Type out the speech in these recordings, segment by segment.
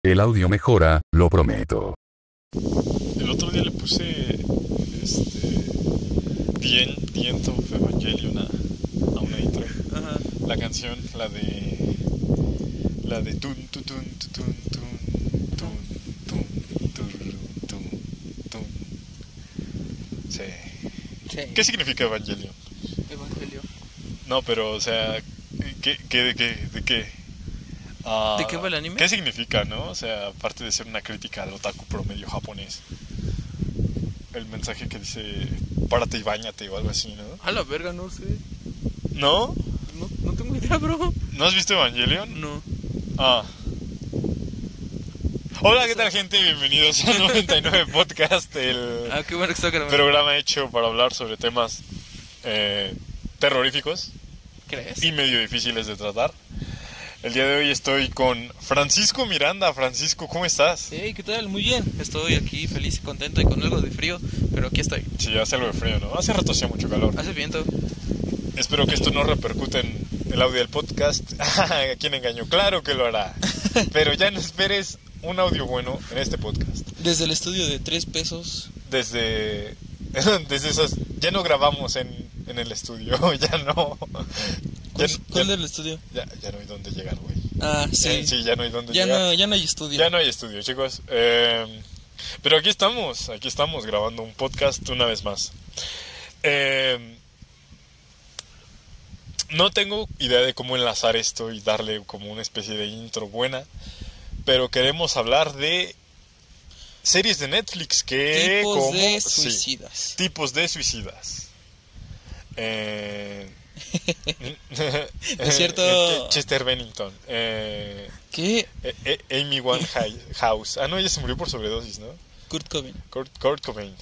El audio mejora, lo prometo. El otro día le puse The End of Evangelion a una intro. Ajá. La canción, la de tun tun tun tun tun tun tun tun tun tun. Sí. Sí. ¿Qué significa Evangelion? Evangelio. No, pero o sea, de qué? ¿De qué va el anime? ¿Qué significa, no? O sea, aparte de ser una crítica al otaku promedio japonés. El mensaje que dice párate y báñate o algo así, ¿no? A la verga, no sé. ¿No? No tengo idea, bro. ¿No has visto Evangelion? No. Ah. Hola, ¿qué tal, gente? Bienvenidos a 99 Podcast, el Qué bueno que está grabando. programa hecho para hablar sobre temas terroríficos ¿Crees? y medio difíciles de tratar. El día de hoy estoy con Francisco Miranda. Francisco, ¿cómo estás? Hey, ¿qué tal? Muy bien. Estoy aquí feliz y contento y con algo de frío, pero aquí estoy. Sí, hace algo de frío, ¿no? Hace rato hacía mucho calor. Hace viento. Espero que esto no repercute en el audio del podcast. ¿A quién engañó? Claro que lo hará. Pero ya no esperes un audio bueno en este podcast. Desde el estudio de 3 pesos. Desde esas... Ya no grabamos en el estudio, ya no. ¿Cuál es el estudio? Ya no hay dónde llegar, güey. Sí. Sí, ya no hay dónde Ya llegar. no hay estudio. Ya no hay estudio, chicos. Pero aquí estamos grabando un podcast una vez más. No tengo idea de cómo enlazar esto y darle como una especie de intro buena, pero queremos hablar de series de Netflix que... Tipos de suicidas. Sí, tipos de suicidas. ¿Es cierto? Chester Bennington. ¿Qué? Amy Winehouse. No, ella se murió por sobredosis, ¿no? Kurt Cobain. Kurt Cobain.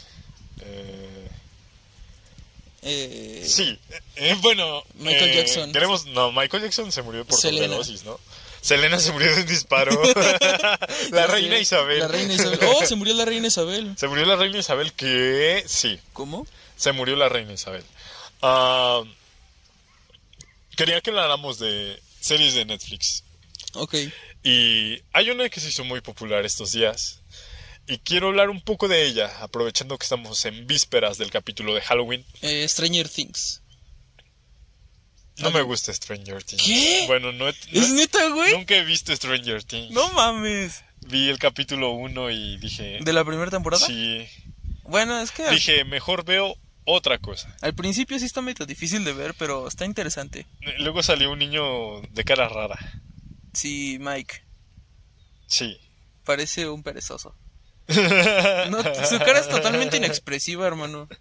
Sí. Bueno. Michael Jackson. Michael Jackson se murió por Selena. sobredosis, ¿no? Selena se murió de un disparo. La reina Isabel. La reina Isabel. Oh, se murió la reina Isabel. Se murió la reina Isabel que... Sí. ¿Cómo? Se murió la reina Isabel. Quería que habláramos de series de Netflix. Ok. Y hay una que se hizo muy popular estos días. Y quiero hablar un poco de ella, aprovechando que estamos en vísperas del capítulo de Halloween. Stranger Things. No me gusta Stranger Things. ¿Qué? Bueno, ¿Es neta, güey? Nunca he visto Stranger Things. No mames. Vi el capítulo 1 y dije... ¿De la primera temporada? Sí. Bueno, es que... Dije, mejor veo otra cosa. Al principio sí está medio difícil de ver, pero está interesante. Luego salió un niño de cara rara. Sí, Mike. Sí. Parece un perezoso. No, su cara es totalmente inexpresiva, hermano.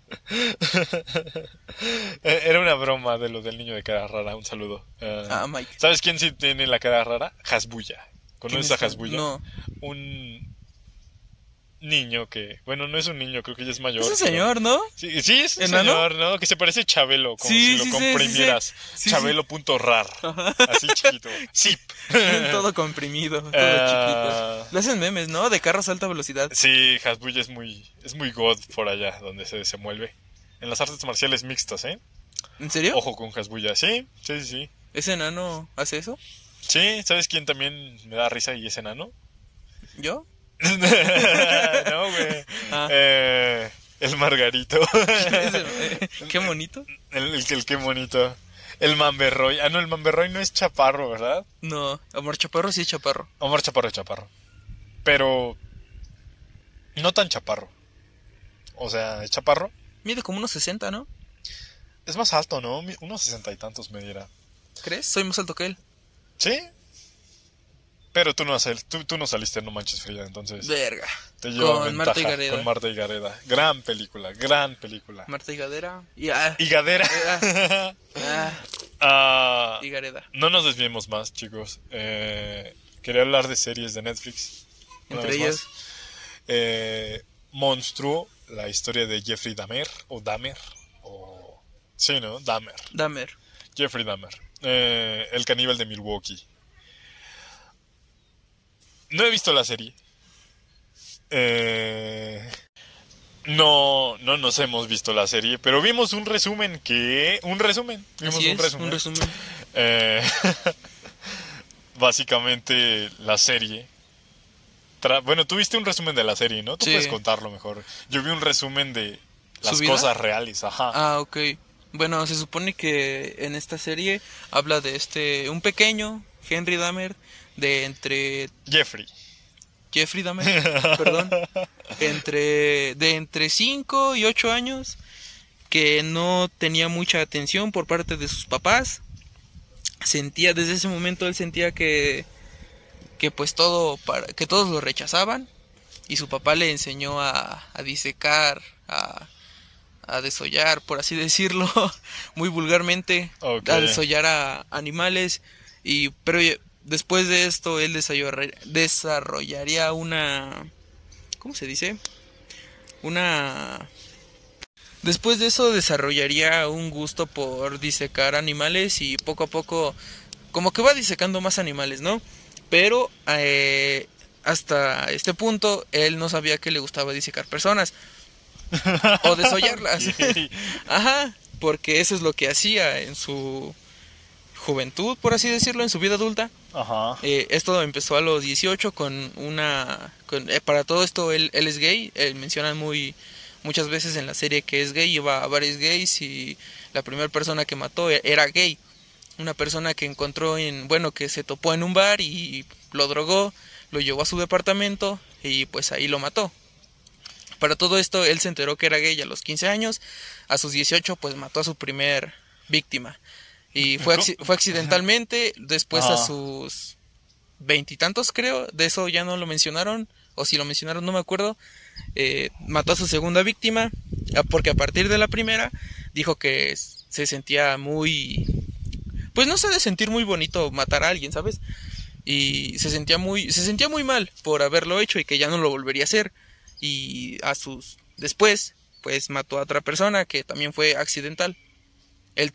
Era una broma de lo del niño de cara rara. Un saludo. Mike. ¿Sabes quién sí tiene la cara rara? Hasbulla. ¿Conoces a Hasbulla? No. Un niño que... Bueno, no es un niño, creo que ya es mayor. Es un señor, ¿no? Sí, es un ¿enano? señor, ¿no? Que se parece a Chabelo, como Sí, si sí, lo comprimieras. sí. Chabelo.rar. Así chiquito. Zip. Todo comprimido, todo chiquito. Le hacen memes, ¿no? De carros a alta velocidad. Sí, Hasbulla es muy god por allá, donde se desenvuelve. En las artes marciales mixtas, ¿eh? ¿En serio? Ojo con Hasbulla. Sí. ¿Ese enano hace eso? Sí, ¿sabes quién también me da risa y es enano? ¿Yo? No, güey. El Margarito. Qué bonito. El qué bonito. El Mamberroy. No, el Mamberroy no es chaparro, ¿verdad? No, Omar Chaparro sí es chaparro. Omar Chaparro es chaparro. Pero no tan chaparro. O sea, es chaparro. Mide como unos 60, ¿no? Es más alto, ¿no? Unos 60 y tantos me dirá. ¿Crees? Soy más alto que él. ¿Sí? Pero tú no saliste en No Manches Frida, entonces... Verga. Te lleva Con ventaja. Marta y Gareda. Con Marta y Gareda. Gran película. Marta y Gadera. Y Gadera. Y Gareda. No nos desviemos más, chicos. Quería hablar de series de Netflix. Entre ellas... Monstruo, la historia de Jeffrey Dahmer. Sí, ¿no? Dahmer. Jeffrey Dahmer. El caníbal de Milwaukee. No he visto la serie. No nos hemos visto la serie, pero vimos un resumen. Vimos un resumen. Básicamente la serie Bueno, tú viste un resumen de la serie, ¿no? Tú Sí. puedes contarlo mejor. Yo vi un resumen de ¿Su las vida? cosas reales, ajá. Ah, ok. Bueno, se supone que en esta serie habla de un pequeño Henry Dahmer de entre Jeffrey Dahmer, perdón, entre 5 y 8 años, que no tenía mucha atención por parte de sus papás. Desde ese momento él sentía que pues que todos lo rechazaban, y su papá le enseñó a disecar, a desollar, por así decirlo, muy vulgarmente, Ok. a desollar a animales, pero después de esto él desarrollaría ¿cómo se dice? Después de eso desarrollaría un gusto por disecar animales, y poco a poco como que va disecando más animales, ¿no? Pero hasta este punto él no sabía que le gustaba disecar personas o desollarlas. Ok. Ajá, porque eso es lo que hacía en su juventud, por así decirlo, en su vida adulta. Ajá. Esto empezó a los 18 para todo esto él es gay. Mencionan muchas veces en la serie que es gay, lleva a varios gays, y la primera persona que mató era gay. Una persona que que se topó en un bar y lo drogó, lo llevó a su departamento y pues ahí lo mató. Para todo esto él se enteró que era gay a los 15 años, a sus 18 pues mató a su primer víctima. Y fue accidentalmente, después a sus veintitantos creo, de eso ya no lo mencionaron, o si lo mencionaron no me acuerdo. Mató a su segunda víctima, porque a partir de la primera dijo que se sentía pues no se ha de sentir muy bonito matar a alguien, ¿sabes? Y se sentía muy mal por haberlo hecho, y que ya no lo volvería a hacer. Y después pues mató a otra persona que también fue accidental. Él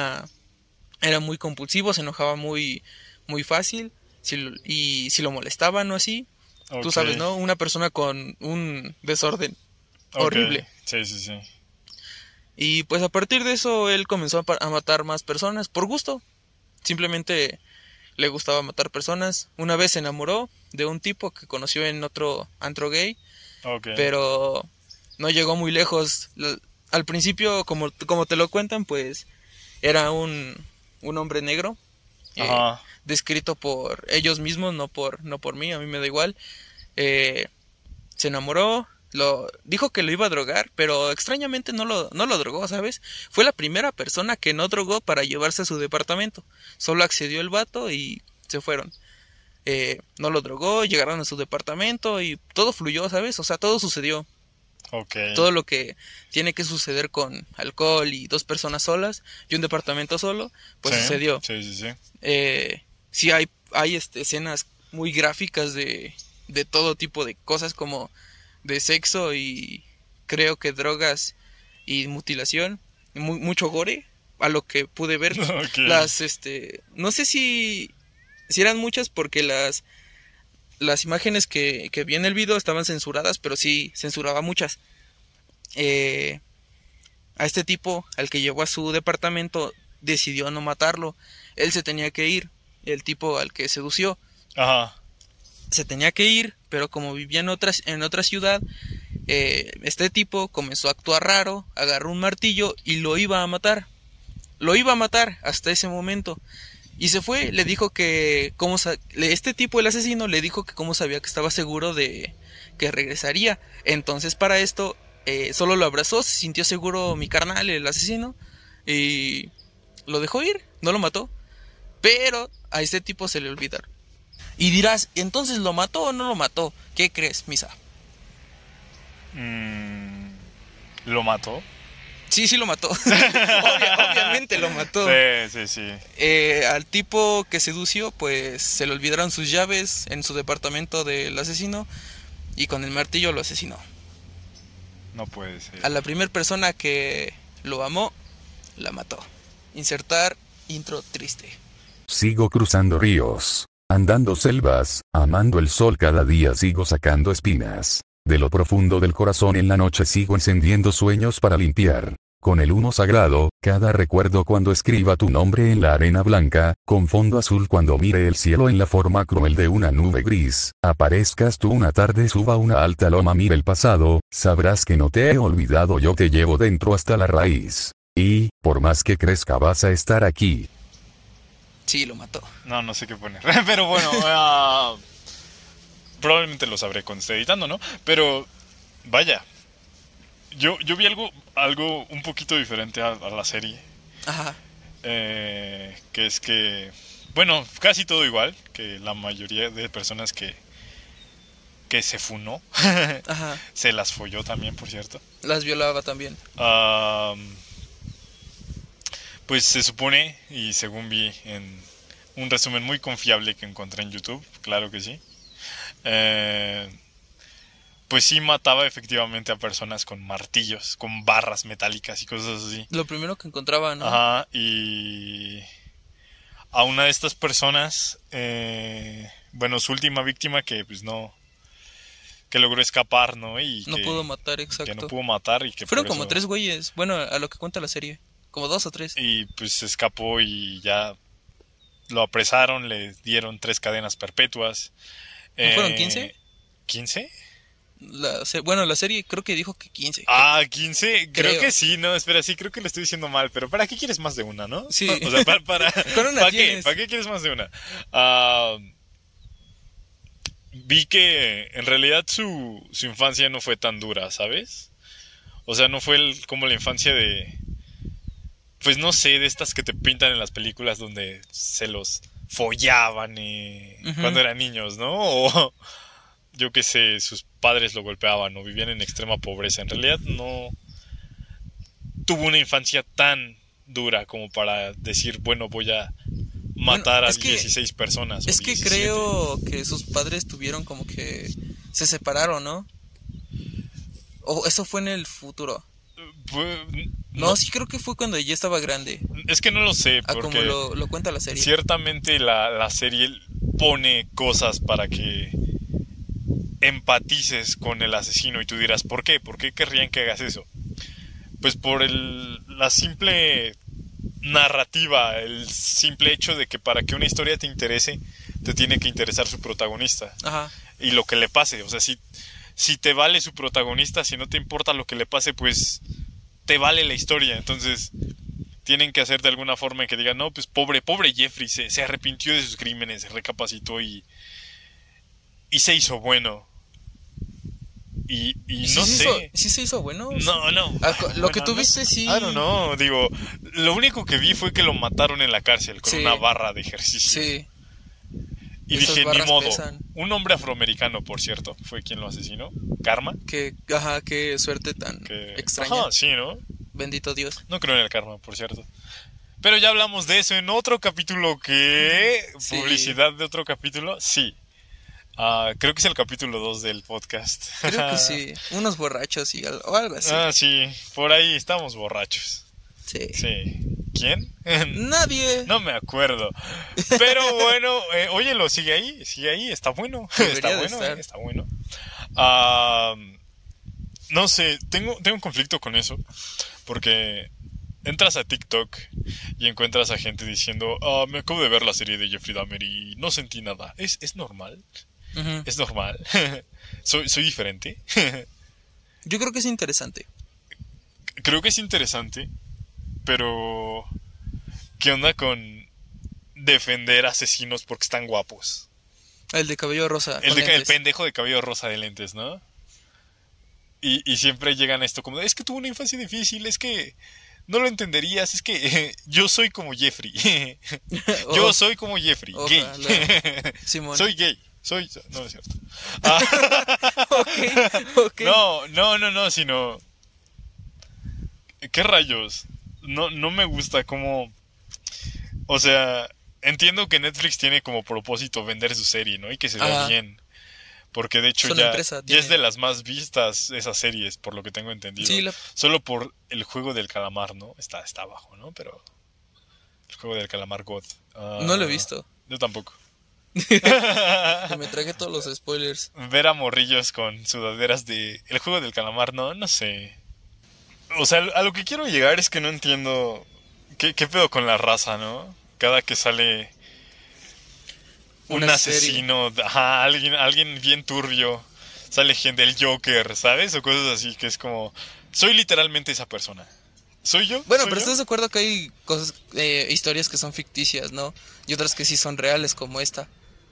era muy compulsivo, se enojaba muy muy fácil, y si lo molestaban o así, tú sabes, ¿no? Una persona con un desorden horrible. Sí, sí, sí. Y pues a partir de eso él comenzó a matar más personas por gusto. Simplemente le gustaba matar personas. Una vez se enamoró de un tipo que conoció en otro antro gay, pero no llegó muy lejos. Al principio, como te lo cuentan, pues era un hombre negro, descrito por ellos mismos, no por mí, a mí me da igual. Se enamoró, dijo que lo iba a drogar, pero extrañamente no lo drogó, ¿sabes? Fue la primera persona que no drogó para llevarse a su departamento. Solo accedió el vato y se fueron. No lo drogó, llegaron a su departamento y todo fluyó, ¿sabes? O sea, todo sucedió. Todo lo que tiene que suceder con alcohol y dos personas solas y un departamento solo, pues sucedió. Sí, sí, sí. Sí hay escenas muy gráficas de todo tipo de cosas, como de sexo y creo que drogas y mutilación, mucho gore, a lo que pude ver. No sé si eran muchas, porque las imágenes que vi en el video estaban censuradas, pero sí censuraba muchas. A este tipo, al que llevó a su departamento, decidió no matarlo. Él se tenía que ir, el tipo al que sedució. Se tenía que ir, pero como vivía en otra ciudad, este tipo comenzó a actuar raro, agarró un martillo y lo iba a matar. Lo iba a matar hasta ese momento. Y se fue, le dijo que este tipo, el asesino, le dijo que cómo sabía que estaba seguro de que regresaría. Entonces para esto solo lo abrazó, se sintió seguro mi carnal, el asesino, y lo dejó ir, no lo mató. Pero a este tipo se le olvidaron. Y dirás, ¿entonces lo mató o no lo mató? ¿Qué crees, Misa? ¿Lo mató? Sí lo mató. Obviamente lo mató. Sí. Al tipo que sedució, pues se le olvidaron sus llaves en su departamento del asesino, y con el martillo lo asesinó. No puede ser. A la primera persona que lo amó, la mató. Insertar intro triste. Sigo cruzando ríos, andando selvas, amando el sol, cada día sigo sacando espinas. De lo profundo del corazón en la noche sigo encendiendo sueños para limpiar. con el humo sagrado, cada recuerdo cuando escriba tu nombre en la arena blanca, con fondo azul cuando mire el cielo en la forma cruel de una nube gris, aparezcas tú una tarde suba una alta loma mire el pasado, sabrás que no te he olvidado yo te llevo dentro hasta la raíz. Y, por más que crezca vas a estar aquí. Sí, lo mató. No sé qué poner. Pero bueno, probablemente lo sabré cuando esté editando, ¿no? Pero, vaya. Yo vi algo un poquito diferente a la serie. Ajá. Que es que, bueno, casi todo igual que la mayoría de personas que se funó. Ajá. Se las folló también, por cierto. Las violaba también. Pues se supone, y según vi en un resumen muy confiable que encontré en YouTube, claro que sí, pues sí mataba efectivamente a personas con martillos, con barras metálicas y cosas así. Lo primero que encontraba, ¿no? Ajá, y a una de estas personas, bueno, su última víctima que pues no, que logró escapar, ¿no? Y no que, pudo matar, exacto. que no pudo matar y que fueron por como eso, 3 güeyes, bueno, a lo que cuenta la serie, como 2 o 3. y pues se escapó y ya lo apresaron, le dieron 3 cadenas perpetuas. ¿No fueron 15? ¿15? Bueno, la serie creo que dijo que 15. Ah, 15, creo Creo. que sí, no, espera, sí, creo que lo estoy diciendo mal, pero ¿para qué quieres más de una, no? Sí. O sea, para Con una ¿para qué? tienes. ¿Para qué quieres más de una? Vi que en realidad su infancia no fue tan dura, ¿sabes? O sea, no fue como la infancia de, pues no sé, de estas que te pintan en las películas donde se los follaban cuando eran niños, ¿no? O yo qué sé, sus padres lo golpeaban o vivían en extrema pobreza. En realidad no tuvo una infancia tan dura como para decir, bueno, voy a matar a 16 personas. Es o que 17. creo que sus padres tuvieron como que se separaron, ¿no? O eso fue en el futuro. No, sí creo que fue cuando ella estaba grande. Es que no lo sé, porque como lo cuenta la serie. Ciertamente la serie pone cosas para que empatices con el asesino y tú dirás, ¿por qué? ¿Por qué querrían que hagas eso? Pues por la simple narrativa, el simple hecho de que para que una historia te interese, te tiene que interesar su protagonista. Ajá. Y lo que le pase, o sea, si te vale su protagonista, si no te importa lo que le pase, pues te vale la historia. Entonces tienen que hacer de alguna forma en que digan, no, pues pobre Jeffrey se arrepintió de sus crímenes, se recapacitó y se hizo bueno. Y no sé. ¿Sí se hizo bueno? No. Lo que tú viste, sí. No, digo, lo único que vi fue que lo mataron en la cárcel con una barra de ejercicio. Sí. Y esas dije, ni modo. Pesan. Un hombre afroamericano, por cierto, fue quien lo asesinó. Karma. Qué suerte tan extraña. Ajá, sí, ¿no? Bendito Dios. No creo en el karma, por cierto. Pero ya hablamos de eso en otro capítulo que... Sí. ¿Publicidad de otro capítulo? Sí. Creo que es el capítulo 2 del podcast. Creo que sí. Unos borrachos o algo así. Sí. Por ahí estamos borrachos. Sí. ¿Quién? Nadie. No me acuerdo. Pero bueno, óyelo, sigue ahí, está bueno. Está bueno. No sé, tengo un conflicto con eso. Porque entras a TikTok y encuentras a gente diciendo, me acabo de ver la serie de Jeffrey Dahmer y no sentí nada. ¿Es normal? Uh-huh. ¿Es normal? ¿Soy diferente? Yo creo que es interesante. Creo que es interesante, pero ¿qué onda con defender asesinos porque están guapos? El de cabello rosa. El pendejo de cabello rosa de lentes, ¿no? Y siempre llegan a esto como, es que tuvo una infancia difícil, es que no lo entenderías, es que yo soy como Jeffrey. Yo soy como Jeffrey, gay. Simón. Soy gay. No es cierto. Ok. No, sino... ¿Qué rayos? No me gusta cómo... O sea, entiendo que Netflix tiene como propósito vender su serie, ¿no? Y que se vea bien. Porque de hecho ya es de las más vistas esas series, por lo que tengo entendido. Sí, solo por el juego del calamar, ¿no? Está abajo, ¿no? Pero... El juego del calamar God. No lo he visto. Yo tampoco. Me tragué todos los spoilers. Ver a morrillos con sudaderas de El juego del calamar, no sé. O sea, a lo que quiero llegar es que no entiendo qué pedo con la raza, ¿no? Cada que sale un Una serie. asesino, ajá, alguien bien turbio, sale gente, el Joker, ¿sabes? O cosas así, que es como, soy literalmente esa persona. ¿Soy yo? Bueno, ¿Soy pero yo? ¿estás de acuerdo que hay cosas, historias que son ficticias, ¿no? Y otras que sí son reales, como esta.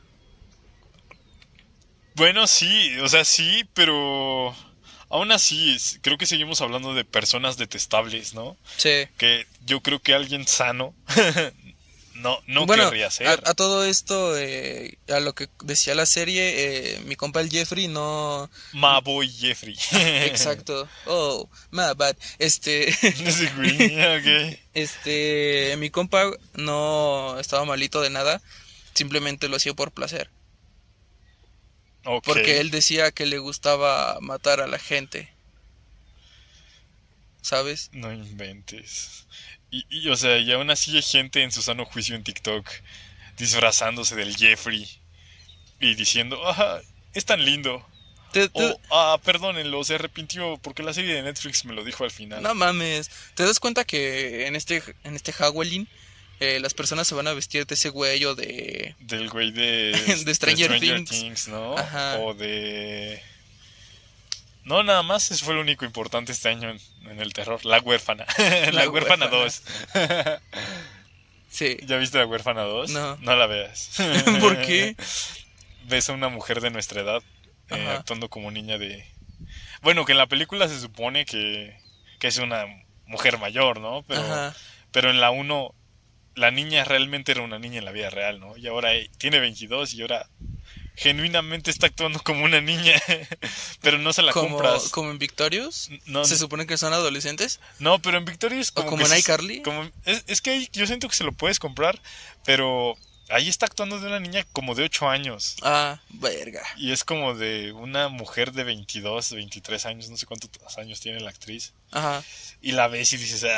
Bueno, sí, o sea, sí, pero aún así, creo que seguimos hablando de personas detestables, ¿no? Sí. Que yo creo que alguien sano no Bueno, querría ser. a todo esto, a lo que decía la serie, mi compa el Jeffrey no... Maboy Jeffrey. Exacto. Oh, my bad. Ese güey, ok. mi compa no estaba malito de nada, simplemente lo hacía por placer. Ok, Porque él decía que le gustaba matar a la gente, ¿sabes? no inventes. O sea, y aún así hay gente en su sano juicio en TikTok disfrazándose del Jeffrey y diciendo, ah, es tan lindo. Te- te- O, ah, perdónenlo, se arrepintió porque la serie de Netflix me lo dijo al final. no mames, ¿te das cuenta que en este Halloween las personas se van a vestir de ese güey o Del güey de, de de Stranger Stranger Things? Things, ¿no? Ajá, O de... No, nada más, eso fue lo único importante este año en el terror. La huérfana. La la huérfana huérfana. 2. Sí, ¿Ya viste la huérfana 2? no. No la veas. ¿Por qué? Ves a una mujer de nuestra edad Ajá, actuando como niña de... Bueno, que en la película se supone que es una mujer mayor, ¿no? ajá. Pero en la uno la niña realmente era una niña en la vida real, ¿no? Y ahora tiene 22 y ahora genuinamente está actuando como una niña, pero no se la Como, compras. como en Victorious, No, se supone que son adolescentes. no, pero en Victoria es O como como que en iCarly. como es que ahí yo siento que se lo puedes comprar, pero ahí está actuando de una niña como de 8 años. Ah, verga. Y es como de una mujer de 22, 23 años, no sé cuántos años tiene la actriz. Ajá. Y la ves y dices,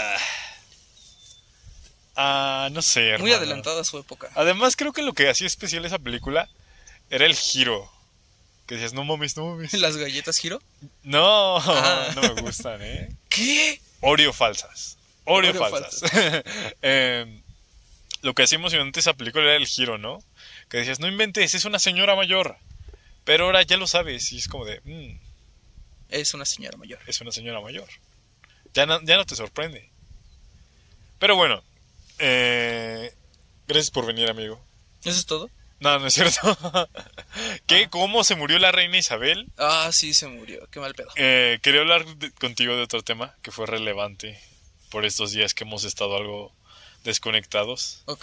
no sé, Muy hermano. adelantada a su época. Además, creo que lo que hacía especial esa película era el giro. Que decías, no mames, no mames. ¿Las galletas Giro? No, Ah. no me gustan, ¿eh? ¿Qué? Oreo falsas. Oreo Oreo falsas. falsas. Lo que hacía emocionante esa película era el giro, ¿no? Que decías, no inventes, es una señora mayor. Pero ahora ya lo sabes y es como de, Es una señora mayor. es una señora mayor. Ya no te sorprende. Pero bueno, gracias por venir, amigo. ¿Eso es todo? No, no es cierto. ¿Qué? ¿Cómo se murió la reina Isabel? Ah, sí, se murió. Qué mal pedo. Quería hablar contigo de otro tema que fue relevante por estos días que hemos estado algo desconectados. Ok.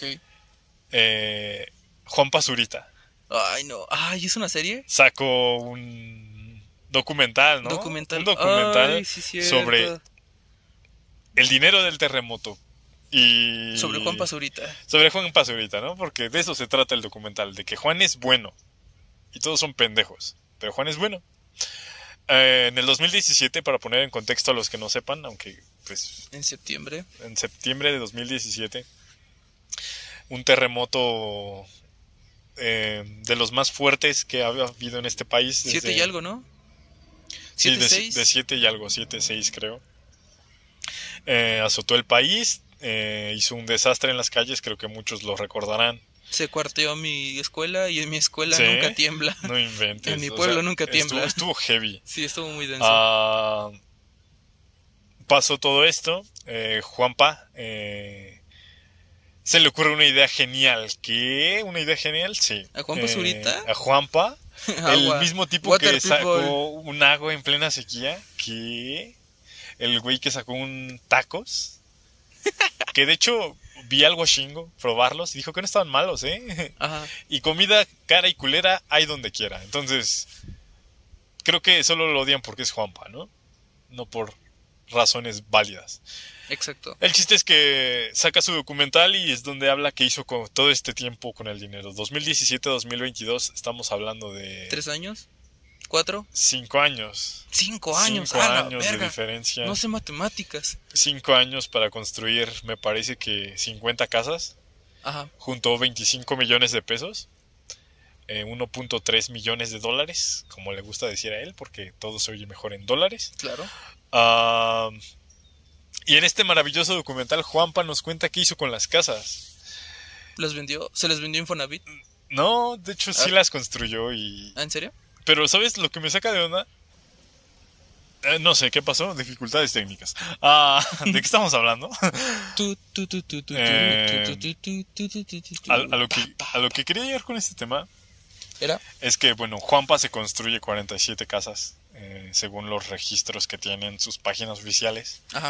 Juan Pazurita Ay, no. Ay, ¿es una serie? sacó un documental, ¿no? Documental. Un documental Ay, sí, sobre cierto. el dinero del terremoto. Y Sobre Juan Pazurita. sobre Juan Pazurita, ¿no? Porque de eso se trata el documental, de que Juan es bueno y todos son pendejos, pero Juan es bueno. En el 2017, para poner en contexto a los que no sepan, aunque pues En septiembre. en septiembre de 2017, un terremoto de los más fuertes que ha habido en este país. 7 y algo, ¿no? Sí, 7, de 6. 7 y algo, 7, 6 creo. Azotó el país, hizo un desastre en las calles, creo que muchos lo recordarán. Se cuarteó mi escuela y en mi escuela ¿Sí? nunca tiembla. No inventes. En mi o pueblo sea, nunca tiembla. Estuvo heavy. Sí, estuvo muy denso. Pasó todo esto. Juanpa se le ocurre una idea genial. ¿Qué? ¿Una idea genial? Sí. ¿A Juan Pazurita? A Juanpa, el Agua. mismo tipo Water que people. sacó un agua en plena sequía. ¿Qué? El güey que sacó un tacos. Que de hecho vi al Washingo probarlos y dijo que no estaban malos, ¿eh? Ajá. Y comida cara y culera hay donde quiera. Entonces, creo que solo lo odian porque es Juanpa, ¿no? No por razones válidas. Exacto. El chiste es que saca su documental y es donde habla que hizo con todo este tiempo con el dinero. 2017-2022, estamos hablando de... 3 años. 4. 5 años. 5 años. 5 a la años de verga. diferencia. No sé matemáticas. 5 años para construir, me parece que 50 casas. Ajá. Juntó 25 millones de pesos. 1.3 millones de dólares, como le gusta decir a él, porque todo se oye mejor en dólares. Claro. Ah, Y en este maravilloso documental, Juanpa nos cuenta qué hizo con las casas. ¿Los vendió? ¿Se les vendió Infonavit? No, de hecho sí las construyó y... ¿En serio? Pero, ¿sabes lo que me saca de onda? No sé, ¿qué pasó? Dificultades técnicas. ¿De qué estamos hablando? A lo que quería llegar con este tema ¿Era? es que, bueno, Juanpa se construye 47 casas, según los registros que tienen sus páginas oficiales. Ajá.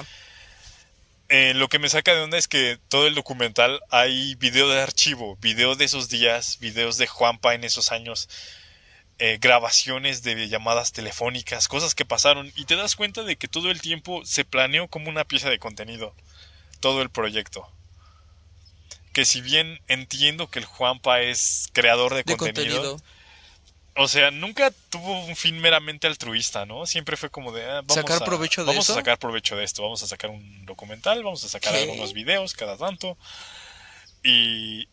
Lo que me saca de onda es que todo el documental hay video de archivo, video de esos días, videos de Juanpa en esos años, grabaciones de llamadas telefónicas, cosas que pasaron, y te das cuenta de que todo el tiempo se planeó como una pieza de contenido, todo el proyecto. Que si bien entiendo que el Juanpa es creador de contenido, o sea, nunca tuvo un fin meramente altruista, ¿no? Siempre fue como de, ¿sacar provecho de eso? Vamos a sacar provecho de esto, vamos a sacar un documental, vamos a sacar algunos videos cada tanto. Y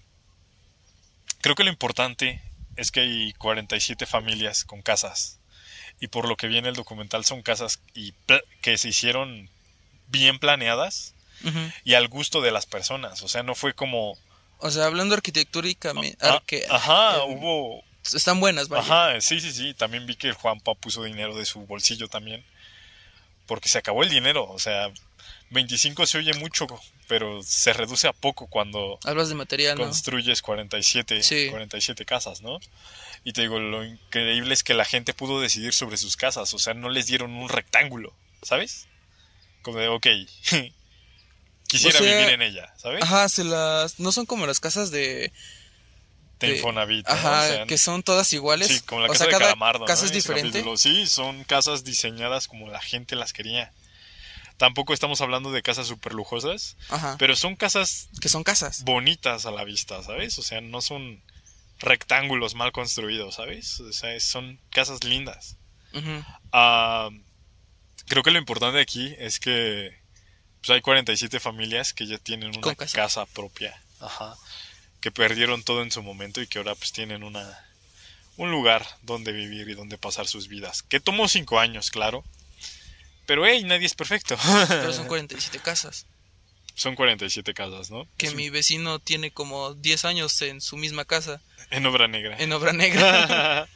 creo que lo importante es que hay 47 familias con casas. Y por lo que viene el documental son casas que se hicieron bien planeadas. Uh-huh. Y al gusto de las personas, o sea, no fue como... O sea, hablando arquitectúricamente... hubo... Están buenas, vaya. Ajá, sí, también vi que el Juanpa puso dinero de su bolsillo también, porque se acabó el dinero, o sea, 25 se oye mucho, pero se reduce a poco cuando... Hablas de material, construyes 47 casas, ¿no? Y te digo, lo increíble es que la gente pudo decidir sobre sus casas, o sea, no les dieron un rectángulo, ¿sabes? Como de, ok... Quisiera vivir en ella, ¿sabes? Ajá, no son como las casas de Infonavit, ¿no? Ajá, o sea, que son todas iguales. Sí, como la casa de Calamardo, casa, ¿no? Es diferente. Sí, son casas diseñadas como la gente las quería. Tampoco estamos hablando de casas súper lujosas, pero son casas... Que son casas. Bonitas a la vista, ¿sabes? O sea, no son rectángulos mal construidos, ¿sabes? O sea, son casas lindas. Uh-huh. Creo que lo importante aquí es que pues hay 47 familias que ya tienen una casa propia, que perdieron todo en su momento y que ahora pues tienen un lugar donde vivir y donde pasar sus vidas. Que tomó 5 años, claro, pero nadie es perfecto. Pero son 47 casas. Son 47 casas, ¿no? Que mi vecino tiene como 10 años en su misma casa. En obra negra. En obra negra.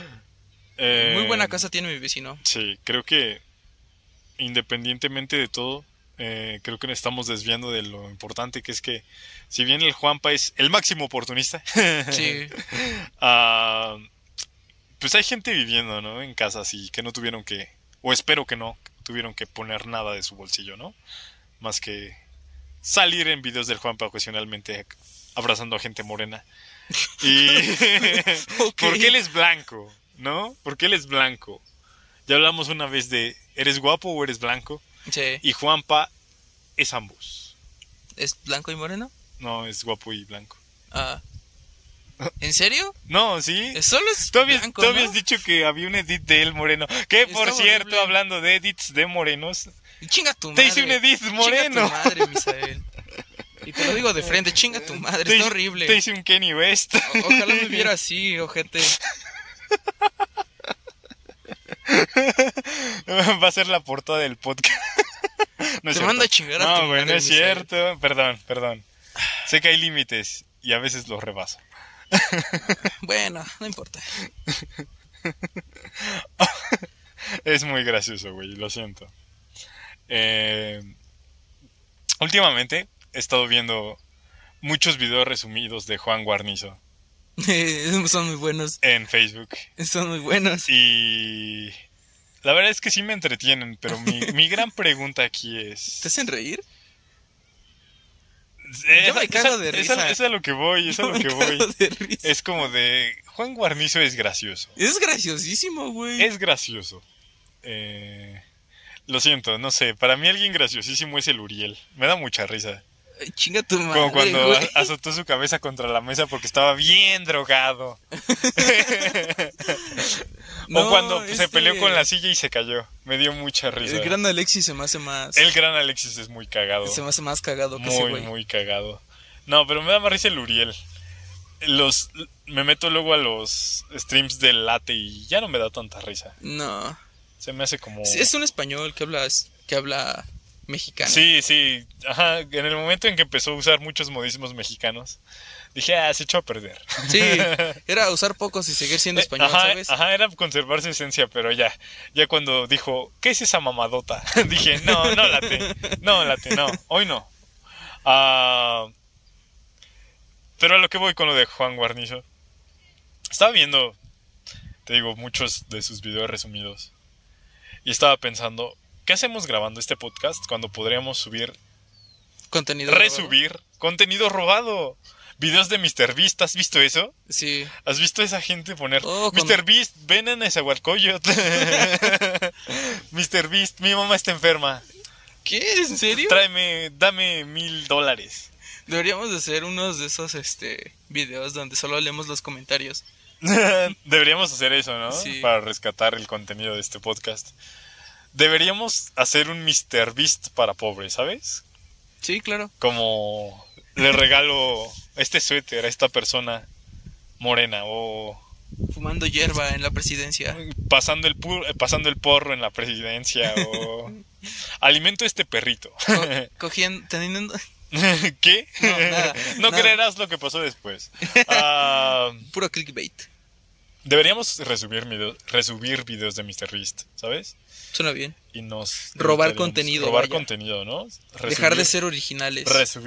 Muy buena casa tiene mi vecino. Sí, creo que independientemente de todo, creo que nos estamos desviando de lo importante, que es que si bien el Juanpa es el máximo oportunista, sí. Pues hay gente viviendo, ¿no? En casas y que no tuvieron que, o espero que no tuvieron que poner nada de su bolsillo, ¿no? Más que salir en videos del Juanpa ocasionalmente abrazando a gente morena. Y porque él es blanco, ¿no? Porque él es blanco. Ya hablamos una vez de ¿eres guapo o eres blanco? Sí. Y Juanpa es ambos. ¿Es blanco y moreno? No, es guapo y blanco. ¿En serio? No, sí. Solo es blanco, tú habías dicho que había un edit de él moreno. Que por cierto, horrible. Hablando de edits de morenos, chinga tu madre. Te hice un edit moreno. Chinga tu madre, Misael. Y te lo digo de frente, chinga tu madre, está horrible. Te hice un Kenny West. Ojalá me viera así, ojete. Va a ser la portada del podcast. No te manda a chingar a tu madre. No, güey, no es cierto. Perdón. Sé que hay límites y a veces los rebaso. Bueno, no importa. Es muy gracioso, güey, lo siento. Últimamente he estado viendo muchos videos resumidos de Juan Guarnizo. Son muy buenos. En Facebook. Son muy buenos. Y la verdad es que sí me entretienen, pero mi gran pregunta aquí es... ¿Te hacen reír? Yo me cago de risa. Es a lo que voy, Es como de... Juan Guarnizo es gracioso. Es graciosísimo, güey. Es gracioso. Lo siento, no sé. Para mí alguien graciosísimo es el Uriel. Me da mucha risa. Ay, chinga tu madre. Como cuando azotó su cabeza contra la mesa porque estaba bien drogado. O cuando se peleó con la silla y se cayó. Me dio mucha risa. El gran Alexis se me hace más... El gran Alexis es muy cagado. Se me hace más cagado que ese güey. Muy cagado. No, pero me da más risa el Uriel. Me meto luego a los streams del Late y ya no me da tanta risa. No. Se me hace como... Es un español que habla mexicano. Sí, sí, ajá, en el momento en que empezó a usar muchos modismos mexicanos, dije, se echó a perder. Sí, era usar pocos y seguir siendo español, Ajá, ¿sabes? ajá, era conservar su esencia, pero ya cuando dijo, ¿qué es esa mamadota? Dije, no, no, hoy no. Ah, pero a lo que voy con lo de Juan Guarnizo. Estaba viendo, te digo, muchos de sus videos resumidos. Y estaba pensando, ¿qué hacemos grabando este podcast cuando podríamos resubir contenido robado? Videos de MrBeast, ¿has visto eso? Sí. ¿Has visto a esa gente poner MrBeast, ven a Nezahualcóyotl? MrBeast, mi mamá está enferma. ¿Qué? ¿En serio? Dame $1,000. Deberíamos de hacer unos de esos videos donde solo leemos los comentarios. Deberíamos hacer eso, ¿no? Sí. Para rescatar el contenido de este podcast. Deberíamos hacer un MrBeast para pobres, ¿sabes? Sí, claro. Como le regalo este suéter a esta persona morena o fumando hierba en la presidencia, pasando el porro en la presidencia o alimento a este perrito. Teniendo... ¿Qué? No, nada, no nada. creerás lo que pasó después. Puro clickbait. Deberíamos resubir videos de MrBeast, ¿sabes? Suena bien. Y nos robar contenido, robar vaya. contenido, ¿no? Dejar de ser originales.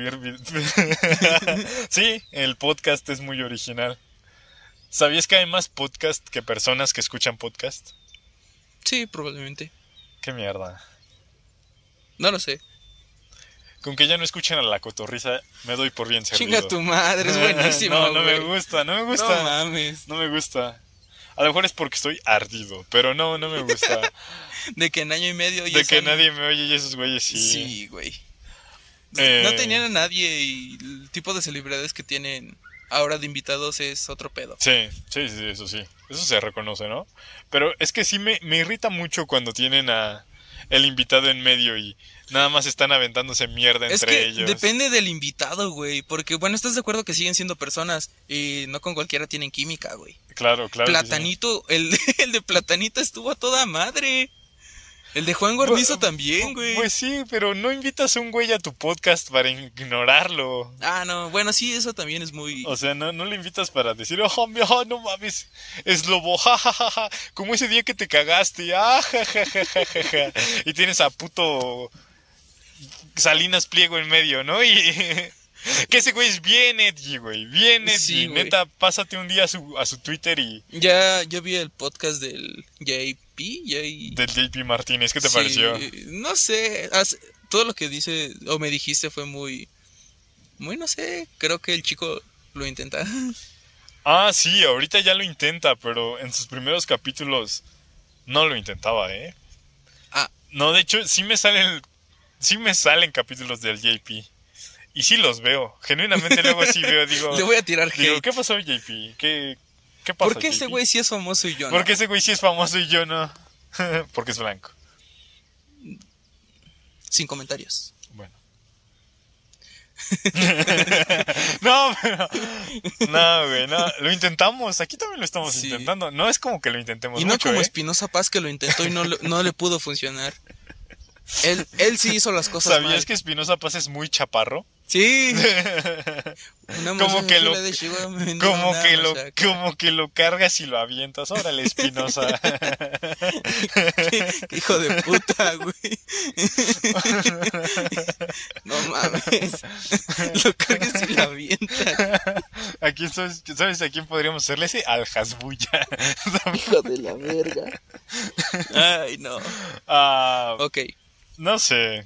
Sí, el podcast es muy original. ¿Sabías que hay más podcast que personas que escuchan podcast? Sí, probablemente. Qué mierda. No lo sé. Con que ya no escuchen a la cotorriza, me doy por bien servido. Chinga tu madre, es buenísimo. No me gusta. No mames. No me gusta. A lo mejor es porque estoy ardido, pero no me gusta. De que en año y medio ya de que nadie me oye y esos güeyes sí. Sí, güey. No tenían a nadie y el tipo de celebridades que tienen ahora de invitados es otro pedo. Sí, eso sí. Eso se reconoce, ¿no? Pero es que sí me irrita mucho cuando tienen a el invitado en medio y nada más están aventándose mierda entre ellos. Depende del invitado, güey. Porque, bueno, ¿estás de acuerdo que siguen siendo personas? Y no con cualquiera tienen química, güey. Claro. Platanito, sí. El de Platanito estuvo a toda madre. El de Juan Guarnizo también, güey. Pues sí, pero no invitas a un güey a tu podcast para ignorarlo. No, bueno, sí, eso también es muy... O sea, no le invitas para decir, no mames, es lobo, jajajaja, como ese día que te cagaste, jajajaja. Y tienes a puto Salinas Pliego en medio, ¿no? Y que ese güey es bien edgy, güey, bien edgy. Sí, neta, pásate un día a su Twitter y... Ya, yo vi el podcast del JP. Del JP Martínez, ¿qué te pareció? No sé, todo lo que dice o me dijiste fue muy, no sé, creo que el chico lo intenta. Sí, ahorita ya lo intenta, pero en sus primeros capítulos no lo intentaba, ¿eh? No, de hecho, sí me salen capítulos del JP. Y sí los veo, genuinamente luego sí veo, digo... Le voy a tirar hate. Digo, ¿qué pasó, JP? ¿Qué pasa, ¿Por qué ese güey sí es famoso y yo no? ¿Por qué ese güey sí es famoso y yo no? Porque es blanco. Sin comentarios. Bueno. No, güey, no. Lo intentamos. Aquí también lo estamos intentando. No es como que lo intentemos y no mucho, como Espinosa Paz que lo intentó y no le pudo funcionar. Él sí hizo las cosas ¿Sabías mal. que Espinosa Paz es muy chaparro? Sí. Como que lo cargas y lo avientas. Órale, Espinosa. ¿Qué hijo de puta, güey. No mames. Lo cargas y lo avientas. Aquí ¿sabes a quién podríamos hacerle ese? Al Hasbulla. Hijo de la verga. Ay, no. Ok. No sé.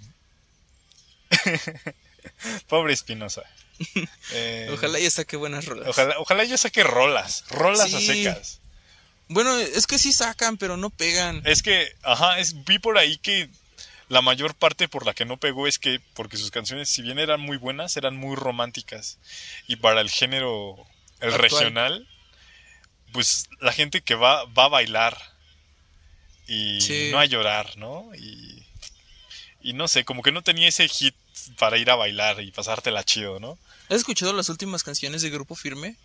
Pobre Espinosa. Ojalá ya saque buenas rolas. Ojalá ya saque rolas a secas. Bueno, es que sí sacan, pero no pegan. Es que, vi por ahí que la mayor parte por la que no pegó es que porque sus canciones, si bien eran muy buenas, eran muy románticas. Y para el género, el actual, regional, pues la gente que va a bailar y no a llorar, ¿no? Y no sé, como que no tenía ese hit para ir a bailar y pasártela chido, ¿no? ¿Has escuchado las últimas canciones de Grupo Firme?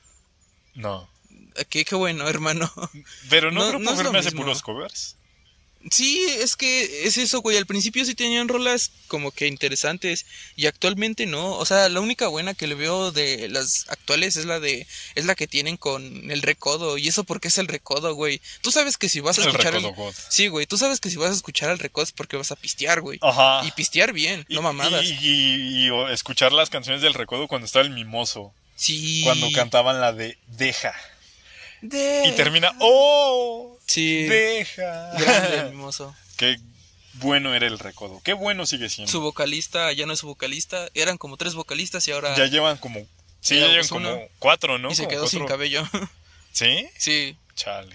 No. Qué bueno, hermano. Pero Grupo Firme hace puros covers. Sí, es que es eso, güey. Al principio sí tenían rolas como que interesantes y actualmente no. O sea, la única buena que le veo de las actuales es la que tienen con el recodo. ¿Y eso porque es el recodo, güey? Tú sabes que si vas a El escuchar Recodo God. Sí, güey, tú sabes que si vas a escuchar al recodo es porque vas a pistear, güey. Ajá. Y pistear bien, no mamadas. Y escuchar las canciones del Recodo cuando estaba el Mimoso. Sí. Cuando cantaban la de Deja. De... Y termina, ¡oh! Sí. Deja. Grande, el mimoso. Qué bueno era el Recodo. Qué bueno sigue siendo. Su vocalista ya no es su vocalista. Eran como 3 vocalistas y ahora... Ya llevan como... Sí, Ya ya llevan pues como uno. 4, ¿no? Y se Como quedó 4. sin cabello. ¿Sí? Sí, Chale.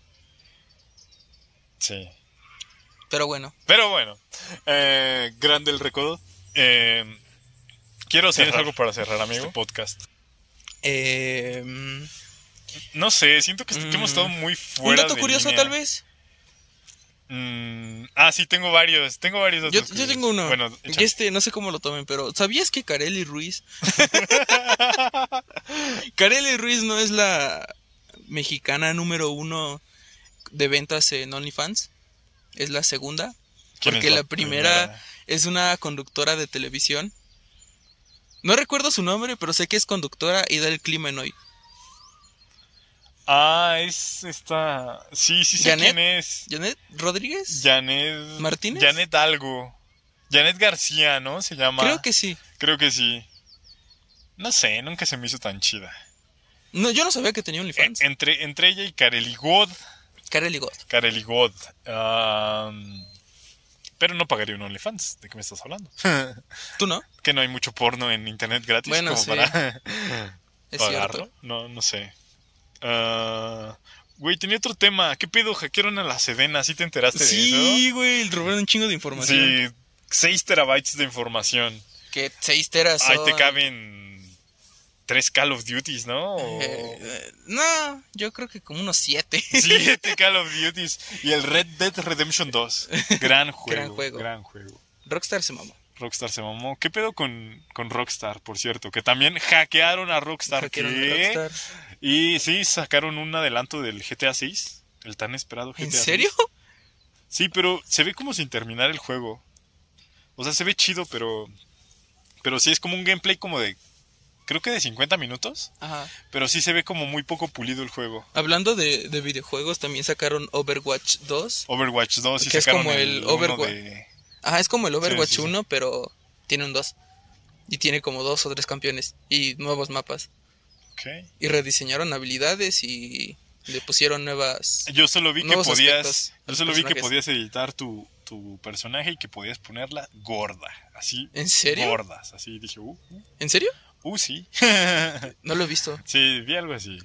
Sí. pero bueno. Pero bueno. Grande el Recodo. Quiero hacer algo para cerrar, amigo. Este podcast. No sé, siento que hemos estado muy fuera. Un dato de curioso, línea. tal vez. Sí, tengo varios. Tengo varios datos Yo curiosos. tengo uno. Bueno, Y no sé cómo lo tomen, pero ¿sabías que Kareli Ruiz? Kareli Ruiz no es la mexicana número 1 de ventas en OnlyFans. Es la segunda. ¿Quién Porque es la primera es una conductora de televisión. No recuerdo su nombre, pero sé que es conductora y da el clima en Hoy. Es esta... Sí, sé ¿Janet? quién es. ¿Janet Rodríguez? Janet... ¿Martínez? Janet algo. Janet García, ¿no? Se llama... Creo que sí. Creo que sí. No sé, nunca se me hizo tan chida. No, yo no sabía que tenía OnlyFans. Entre ella y Kareli God. Kareli God. Kareli God. Pero no pagaría un OnlyFans. ¿De qué me estás hablando? ¿Tú no? Que no hay mucho porno en internet gratis Bueno, como sí. para Es pagarlo. cierto. No sé. Güey, tenía otro tema. ¿Qué pedo? Hackearon a la Sedena. ¿Sí te enteraste de eso? Sí, güey, robaron un chingo de información. Sí, 6 terabytes de información. Que 6 teras Ahí son... te caben 3 Call of Duties, ¿no? No, yo creo que como unos 7. 7 Call of Duties. Y el Red Dead Redemption 2. Gran juego. Gran juego. Rockstar se mamó. Rockstar se mamó. ¿Qué pedo con Rockstar, por cierto? Que también hackearon a Rockstar. Hackearon a Rockstar. Y sí, sacaron un adelanto del GTA 6. El tan esperado GTA 6. ¿En serio? Sí, pero se ve como sin terminar el juego. O sea, se ve chido, pero sí es como un gameplay como de... Creo que de 50 minutos. Ajá. Pero sí se ve como muy poco pulido el juego. Hablando de videojuegos, también sacaron Overwatch 2. Overwatch 2 y que es sacaron como el Overwatch. Ajá, es como el Overwatch Sí. 1, pero tiene un 2. Y tiene como 2 o 3 campeones. Y nuevos mapas. Ok. Y rediseñaron habilidades y le pusieron nuevas... Yo solo vi que nuevos podías... aspectos a Yo los solo vi que personajes. podías editar tu personaje y que podías ponerla gorda. Así. ¿En serio? Gordas. Así dije, ¿En serio? sí. No lo he visto. Sí, vi algo así.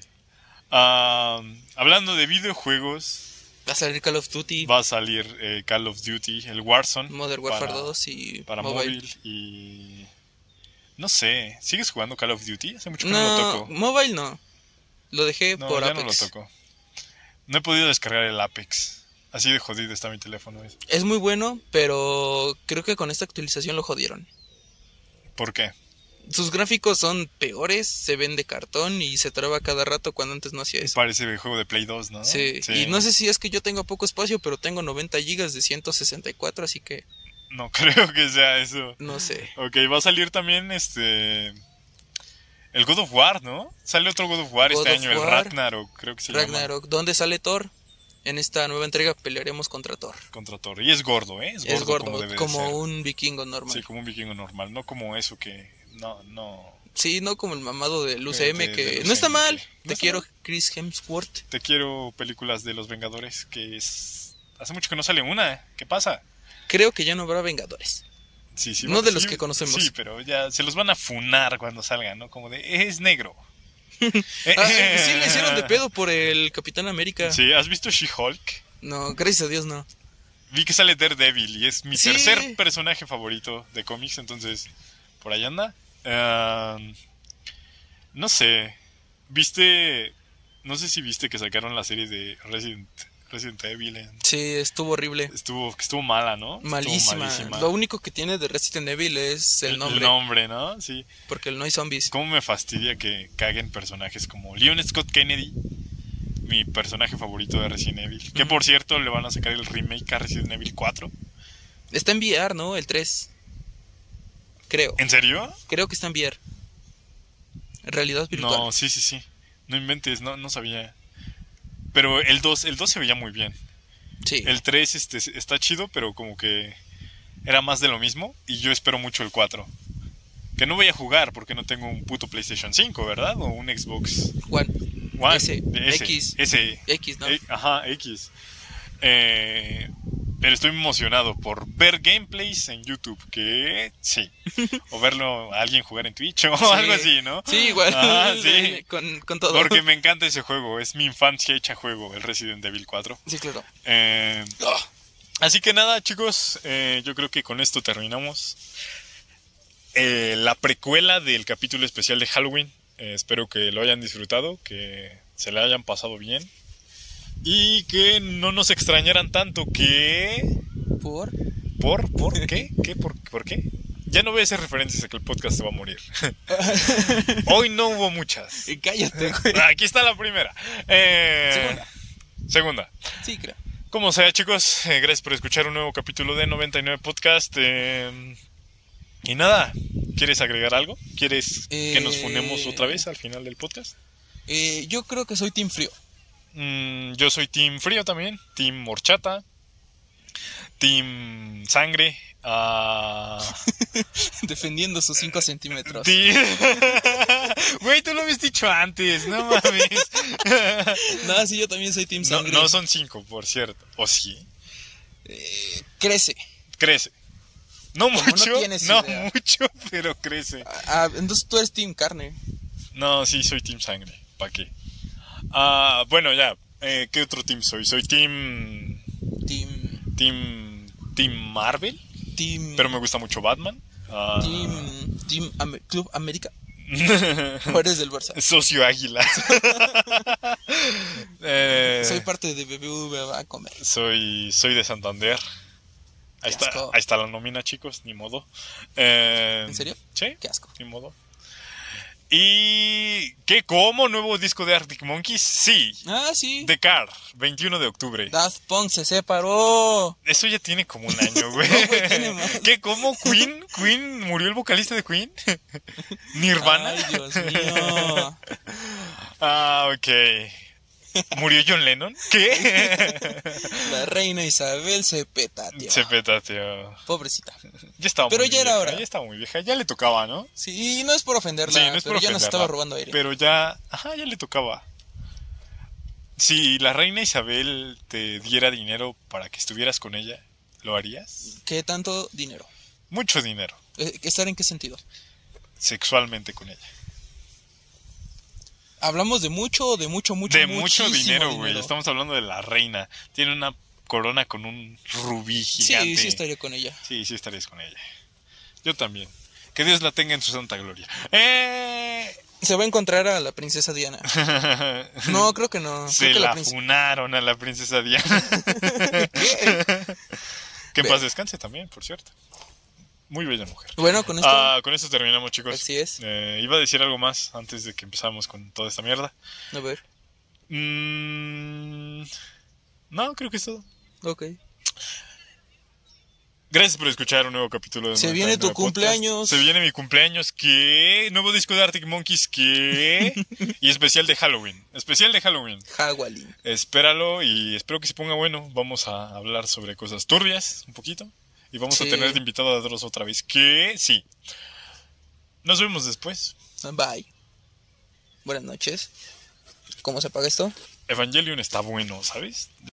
Hablando de videojuegos, Va a salir Call of Duty, va a salir Call of Duty, el Warzone. Modern Warfare 2 y para Mobile. móvil y... No sé, ¿sigues jugando Call of Duty? Hace mucho que no lo No, toco. Mobile no. Lo dejé No, por ya Apex. no lo toco. No he podido descargar el Apex. Así de jodido está mi teléfono. Es muy bueno, pero creo que con esta actualización lo jodieron. ¿Por qué? Sus gráficos son peores, se ven de cartón y se traba cada rato cuando antes no hacía eso. Parece el juego de Play 2, ¿no? Sí. Y no sé si es que yo tengo poco espacio, pero tengo 90 gigas de 164, así que No creo que sea eso. no sé. Ok, va a salir también el God of War, ¿no? Sale otro God of War God este of año, el War, Ragnarok, creo que se llama. Ragnarok, ¿dónde sale Thor? En esta nueva entrega pelearemos contra Thor. Contra Thor. Y es gordo, ¿eh? Es gordo, como debe de como ser. un vikingo normal. Sí, como un vikingo normal, no como eso que... No... Sí, no como el mamado del De UCM, que del no está UCM, mal. que no Te está quiero, mal. Chris Hemsworth. Te quiero películas de los Vengadores, que es... Hace mucho que no sale una, ¿qué pasa? Creo que ya no habrá Vengadores. Sí, No de los que conocemos. Sí, pero ya se los van a funar cuando salgan, ¿no? Como de, es negro. Sí, le hicieron de pedo por el Capitán América. Sí, ¿has visto She-Hulk? No, gracias a Dios no. Vi que sale Daredevil y es mi Sí. tercer personaje favorito de cómics, entonces por ahí anda. No sé, no sé si viste que sacaron la serie de Resident Evil. Sí, estuvo horrible. Estuvo mala, ¿no? Estuvo Malísima. malísima. Lo único que tiene de Resident Evil es el nombre. El nombre, ¿no? Sí. Porque no hay zombies. ¿Cómo me fastidia que caguen personajes como Leon Scott Kennedy? mi personaje favorito de Resident Evil. Que por cierto le van a sacar el remake a Resident Evil 4. Está en VR, ¿no? El 3. Creo. ¿En serio? Creo que está en VR. En realidad virtual. No, sí. No inventes, no sabía. Pero el 2 se veía muy bien. Sí. El 3 está chido, pero como que era más de lo mismo. Y yo espero mucho el 4. Que no voy a jugar porque no tengo un puto PlayStation 5, ¿verdad? O un Xbox One. One. X, ¿no? Ajá, X. Pero estoy emocionado por ver gameplays en YouTube, que sí. O verlo a alguien jugar en Twitch o algo así, ¿no? Sí, igual. Ajá, sí. Con todo. Porque me encanta ese juego. Es mi infancia hecha juego, el Resident Evil 4. Sí, claro. Así que nada, chicos. Yo creo que con esto terminamos la precuela del capítulo especial de Halloween. Espero que lo hayan disfrutado, que se le hayan pasado bien. Y que no nos extrañaran tanto que... ¿Por? ¿Por qué? ¿Por qué? Ya no voy a hacer referencias a que el podcast se va a morir. Hoy no hubo muchas. Cállate, güey. Aquí está la primera. Segunda. Sí, creo. Como sea, chicos, gracias por escuchar un nuevo capítulo de 99 Podcast. Y nada, ¿quieres agregar algo? ¿Quieres que nos funemos otra vez al final del podcast? Yo creo que soy Team Frío. Yo soy Team Frío también, Team Horchata, Team Sangre. Defendiendo sus 5 centímetros. Güey, tú lo habías dicho antes, no mames. No, sí, yo también soy Team Sangre. No son 5, por cierto. ¿O sí? Crece. No Como mucho, no mucho, pero crece. Entonces tú eres Team Carne. No, sí, soy Team Sangre. ¿Para qué? Bueno, ya. ¿Qué otro team soy? Soy Team Marvel. Pero me gusta mucho Batman. Club América. ¿O eres del Barça? Socio Águila. Soy parte de BBVA a comer. Soy de Santander. Ahí está la nómina, chicos, ni modo. ¿En serio? Sí. Qué asco. Ni modo. ¿Y qué? ¿Cómo? ¿Nuevo disco de Arctic Monkeys? Sí. Sí. The Car, 21 de octubre. Daft Punk se separó. Eso ya tiene como un año, güey. No, güey, tiene más. ¿Qué? ¿Cómo? ¿Queen? ¿Murió el vocalista de Queen? ¿Nirvana? Ay, Dios mío. Ok. ¿Murió John Lennon? ¿Qué? La reina Isabel se petateó. Pobrecita. Ya estaba pero muy ya vieja, era hora. Ya estaba muy vieja. Ya le tocaba, ¿no? Sí, no es por ofenderla, sí, no es pero por ya ofenderla, nos estaba robando aire. Pero ya... Ajá, ya le tocaba. Si la reina Isabel te diera dinero para que estuvieras con ella, ¿lo harías? ¿Qué tanto dinero? Mucho dinero. ¿Estar en qué sentido? Sexualmente con ella. ¿Hablamos de mucho o de mucho dinero, güey? Estamos hablando de la reina. Tiene una corona con un rubí gigante. Sí estaría con ella. Sí estarías con ella. Yo también. Que Dios la tenga en su santa gloria. Se va a encontrar a la princesa Diana. No, creo que no. Se creo que la funaron a la princesa Diana. ¿Qué? Que en paz descanse también, por cierto. Muy bella mujer. Bueno, con esto... con esto terminamos, chicos. Así es. Iba a decir algo más antes de que empezáramos con toda esta mierda. A ver. No, creo que es todo. Ok. Gracias por escuchar un nuevo capítulo de... Se viene tu cumpleaños. Se viene mi cumpleaños, ¿qué? Nuevo disco de Arctic Monkeys, ¿qué? Y especial de Halloween. Halloween. Espéralo y espero que se ponga bueno. Vamos a hablar sobre cosas turbias, un poquito. Y vamos a tener de invitado a Dross otra vez. ¿Qué? Sí. Nos vemos después. Bye. Buenas noches. ¿Cómo se apaga esto? Evangelion está bueno, ¿sabes?